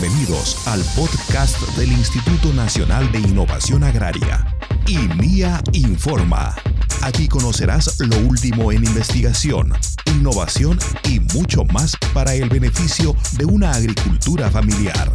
Bienvenidos al podcast del Instituto Nacional de Innovación Agraria, INIA Informa. Aquí conocerás lo último en investigación, innovación y mucho más para el beneficio de una agricultura familiar.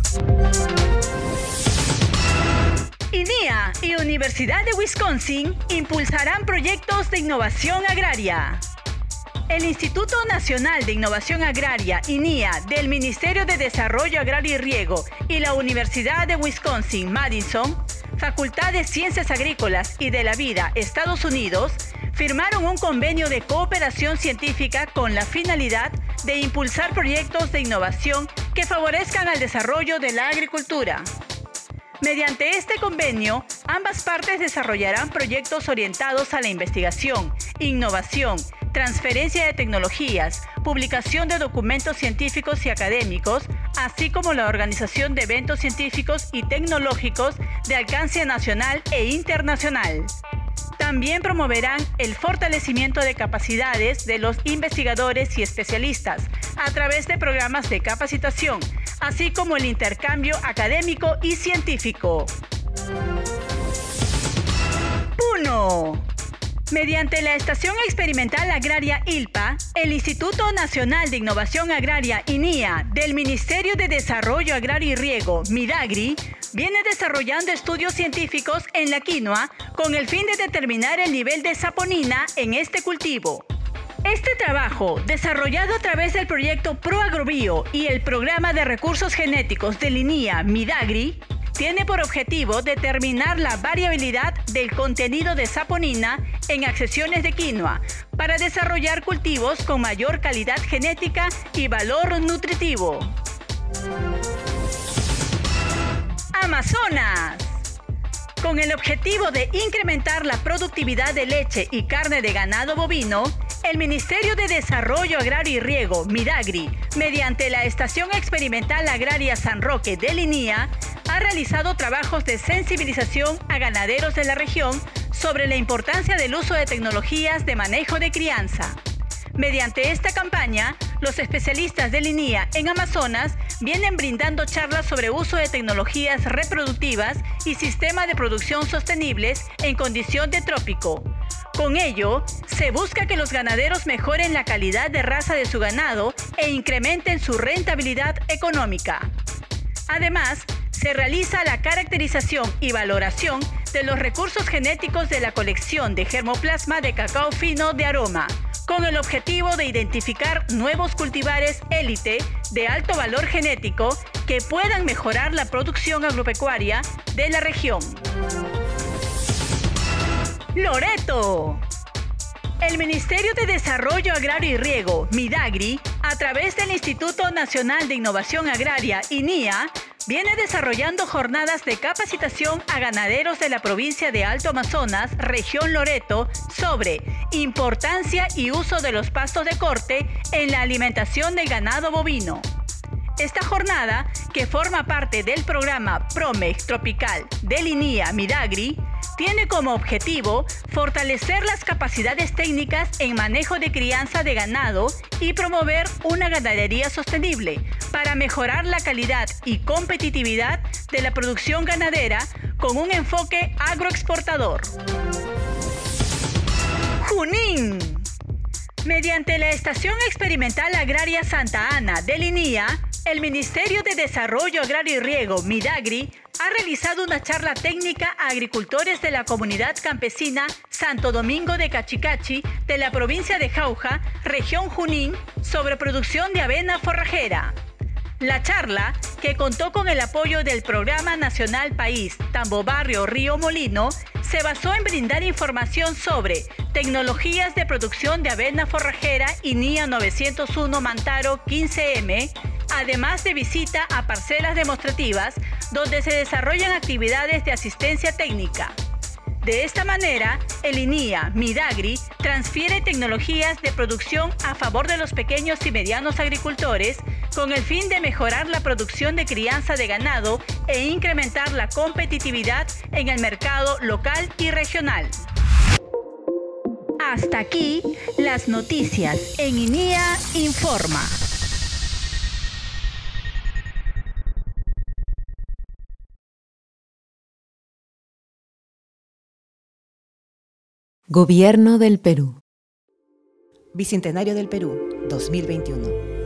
INIA y Universidad de Wisconsin impulsarán proyectos de innovación agraria. El Instituto Nacional de Innovación Agraria, INIA, del Ministerio de Desarrollo Agrario y Riego y la Universidad de Wisconsin-Madison, Facultad de Ciencias Agrícolas y de la Vida, Estados Unidos, firmaron un convenio de cooperación científica con la finalidad de impulsar proyectos de innovación que favorezcan al desarrollo de la agricultura. Mediante este convenio, ambas partes desarrollarán proyectos orientados a la investigación, innovación, transferencia de tecnologías, publicación de documentos científicos y académicos, así como la organización de eventos científicos y tecnológicos de alcance nacional e internacional. También promoverán el fortalecimiento de capacidades de los investigadores y especialistas a través de programas de capacitación, así como el intercambio académico y científico. Puno. Mediante la Estación Experimental Agraria ILPA, el Instituto Nacional de Innovación Agraria INIA del Ministerio de Desarrollo Agrario y Riego, MIDAGRI, viene desarrollando estudios científicos en la quinoa con el fin de determinar el nivel de saponina en este cultivo. Este trabajo, desarrollado a través del proyecto ProAgrobio y el Programa de Recursos Genéticos del INIA MIDAGRI, tiene por objetivo determinar la variabilidad del contenido de saponina en accesiones de quinoa para desarrollar cultivos con mayor calidad genética y valor nutritivo. Amazonas. Con el objetivo de incrementar la productividad de leche y carne de ganado bovino, el Ministerio de Desarrollo Agrario y Riego, MIDAGRI, mediante la Estación Experimental Agraria San Roque del INIA, ha realizado trabajos de sensibilización a ganaderos de la región sobre la importancia del uso de tecnologías de manejo de crianza. Mediante esta campaña, los especialistas del INIA en Amazonas vienen brindando charlas sobre uso de tecnologías reproductivas y sistemas de producción sostenibles en condición de trópico. Con ello, se busca que los ganaderos mejoren la calidad de raza de su ganado e incrementen su rentabilidad económica. Además, se realiza la caracterización y valoración de los recursos genéticos de la colección de germoplasma de cacao fino de aroma, con el objetivo de identificar nuevos cultivares élite de alto valor genético que puedan mejorar la producción agropecuaria de la región. Loreto. El Ministerio de Desarrollo Agrario y Riego, MIDAGRI, a través del Instituto Nacional de Innovación Agraria, INIA, viene desarrollando jornadas de capacitación a ganaderos de la provincia de Alto Amazonas, región Loreto, sobre importancia y uso de los pastos de corte en la alimentación del ganado bovino. Esta jornada, que forma parte del programa PROMEG Tropical del INIA MIDAGRI, tiene como objetivo fortalecer las capacidades técnicas en manejo de crianza de ganado y promover una ganadería sostenible para mejorar la calidad y competitividad de la producción ganadera con un enfoque agroexportador. Junín. Mediante la Estación Experimental Agraria Santa Ana del INIA, el Ministerio de Desarrollo Agrario y Riego, MIDAGRI, ha realizado una charla técnica a agricultores de la comunidad campesina Santo Domingo de Cachicachi de la provincia de Jauja, región Junín, sobre producción de avena forrajera. La charla, que contó con el apoyo del Programa Nacional País Tambo Barrio Río Molino, se basó en brindar información sobre tecnologías de producción de avena forrajera INIA 901 Mantaro 15M, además de visita a parcelas demostrativas donde se desarrollan actividades de asistencia técnica. De esta manera, el INIA MIDAGRI transfiere tecnologías de producción a favor de los pequeños y medianos agricultores con el fin de mejorar la producción de crianza de ganado e incrementar la competitividad en el mercado local y regional. Hasta aquí las noticias en INIA. INIA Informa. Gobierno del Perú. Bicentenario del Perú, 2021.